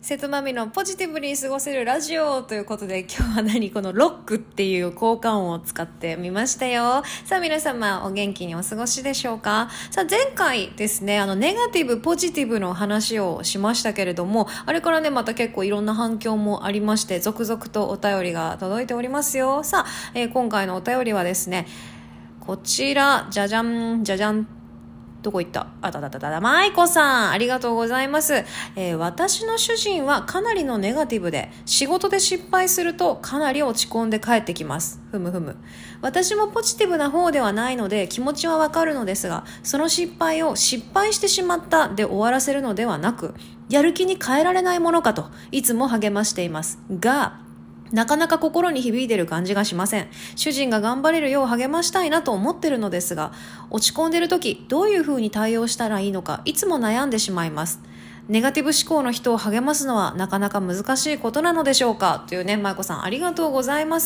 瀬戸まみのポジティブに過ごせるラジオということで、今日はこのロックっていう効果音を使ってみましたよ。さあ皆様お元気にお過ごしでしょうか。さあ前回ですね、ネガティブポジティブの話をしましたけれども、あれからねまた結構いろんな反響もありまして、続々とお便りが届いておりますよ。さあ、今回のお便りはですね、こちら、じゃじゃんじゃじゃん、どこ行った？まいこさん、ありがとうございます。私の主人はかなりのネガティブで、仕事で失敗するとかなり落ち込んで帰ってきます。私もポジティブな方ではないので気持ちはわかるのですが、その失敗を失敗してしまったで終わらせるのではなく、やる気に変えられないものかといつも励ましていますが、なかなか心に響いている感じがしません。主人が頑張れるよう励ましたいなと思ってるのですが、落ち込んでる時どういう風に対応したらいいのかいつも悩んでしまいます。ネガティブ思考の人を励ますのはなかなか難しいことなのでしょうか、というね、まいこさんありがとうございます。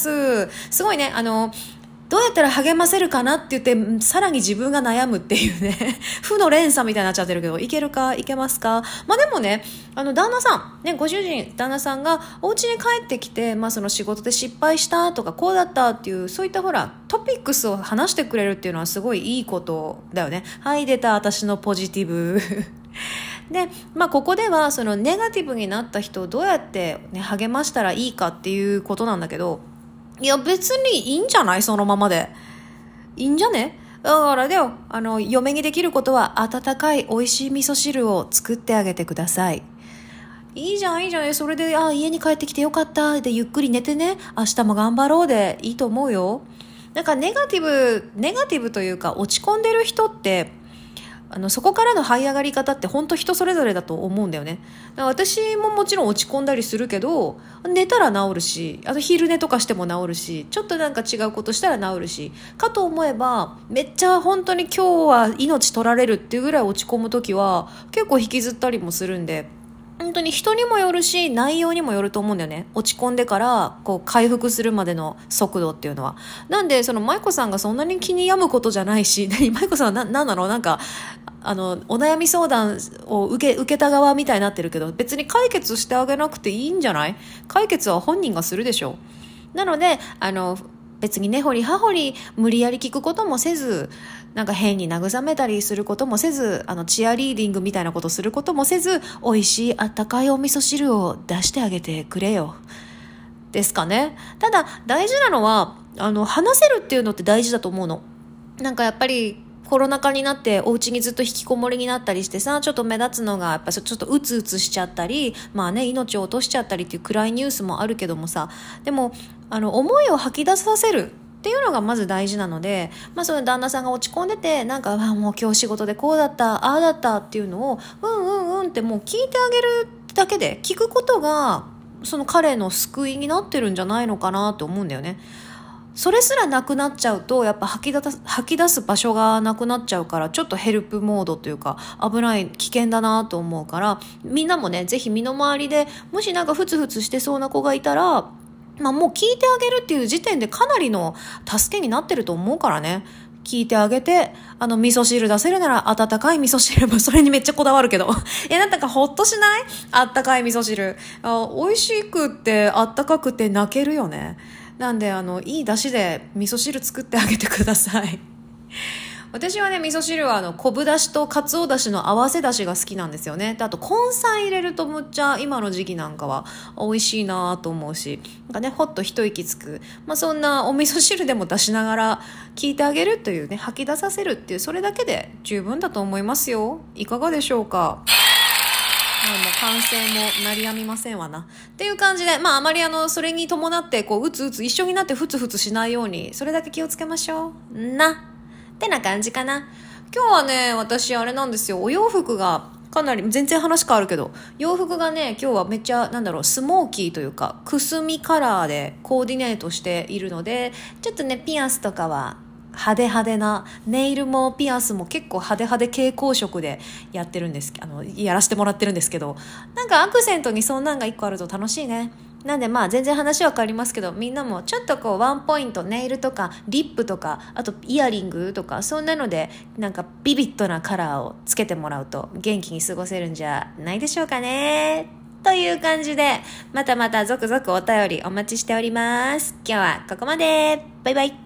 すごいね、どうやったら励ませるかなって言ってさらに自分が悩むっていうね負の連鎖みたいになっちゃってるけど、いけるかいけますか。まあでもね、旦那さんね、ご主人旦那さんがお家に帰ってきて、その仕事で失敗したとかこうだったっていう、そういったほらトピックスを話してくれるっていうのはすごいいいことだよね。はい、出た私のポジティブで、ここではそのネガティブになった人をどうやって、励ましたらいいかっていうことなんだけど、いや別にいいんじゃない？そのままでいいんじゃね。だからだよ、嫁にできることは温かい美味しい味噌汁を作ってあげてください。いいじゃん。それで家に帰ってきてよかったでゆっくり寝てね、明日も頑張ろうでいいと思うよ。なんかネガティブというか落ち込んでる人ってそこからの這い上がり方って本当人それぞれだと思うんだよね。だから私ももちろん落ち込んだりするけど、寝たら治るし、あと昼寝とかしても治るし、ちょっとなんか違うことしたら治るし、かと思えばめっちゃ本当に今日は命取られるっていうぐらい落ち込む時は結構引きずったりもするんで、本当に人にもよるし内容にもよると思うんだよね。落ち込んでからこう回復するまでの速度っていうのは。なんでその舞子さんがそんなに気に病むことじゃないし、舞子さんは何なの？なんかお悩み相談を受けた側みたいになってるけど、別に解決してあげなくていいんじゃない？解決は本人がするでしょ。なので別に根掘り葉掘り無理やり聞くこともせず、なんか変に慰めたりすることもせず、チアリーディングみたいなことすることもせず、美味しいあったかいお味噌汁を出してあげてくれよですかね。ただ大事なのは話せるっていうのって大事だと思うの。なんかやっぱりコロナ禍になってお家にずっと引きこもりになったりしてさ、ちょっと目立つのがやっぱちょっとうつうつしちゃったり、命を落としちゃったりっていう暗いニュースもあるけどもさ、でも思いを吐き出させるっていうのがまず大事なので、その旦那さんが落ち込んでて、なんかもう今日仕事でこうだったああだったっていうのをってもう聞いてあげるだけで、聞くことがその彼の救いになってるんじゃないのかなと思うんだよね。それすらなくなっちゃうとやっぱ吐き出す場所がなくなっちゃうから、ちょっとヘルプモードというか危ない危険だなと思うから、みんなもねぜひ身の回りでもしなんかフツフツしてそうな子がいたら、もう聞いてあげるっていう時点でかなりの助けになってると思うからね。聞いてあげて、味噌汁出せるなら温かい味噌汁も、それにめっちゃこだわるけどなんかほっとしない？あったかい味噌汁、美味しくってあったかくて泣けるよね。なんでいい出汁で味噌汁作ってあげてください私はね、味噌汁は昆布だしとかつおだしの合わせだしが好きなんですよね。であと根菜入れるとむっちゃ今の時期なんかは美味しいなと思うし、なんかねほっと一息つく、そんなお味噌汁でも出しながら聞いてあげるというね、吐き出させるっていう、それだけで十分だと思いますよ。いかがでしょうか。もう歓声も鳴りやみませんわなっていう感じで、あまりそれに伴ってこううつうつ一緒になってふつふつしないように、それだけ気をつけましょうなってな感じかな。今日はね、私あれなんですよ、お洋服がかなり全然話変わるけど、洋服がね今日はめっちゃスモーキーというかくすみカラーでコーディネートしているので、ちょっとねピアスとかは派手な、ネイルもピアスも結構派手蛍光色でやってるんです、やらせてもらってるんですけど、なんかアクセントにそんなんが1個あると楽しいね。なんで全然話は変わりますけど、みんなもちょっとこうワンポイント、ネイルとかリップとか、あとイヤリングとか、そんなのでなんかビビッドなカラーをつけてもらうと元気に過ごせるんじゃないでしょうかね。 という感じで、またまた続々お便りお待ちしております。今日はここまで。バイバイ。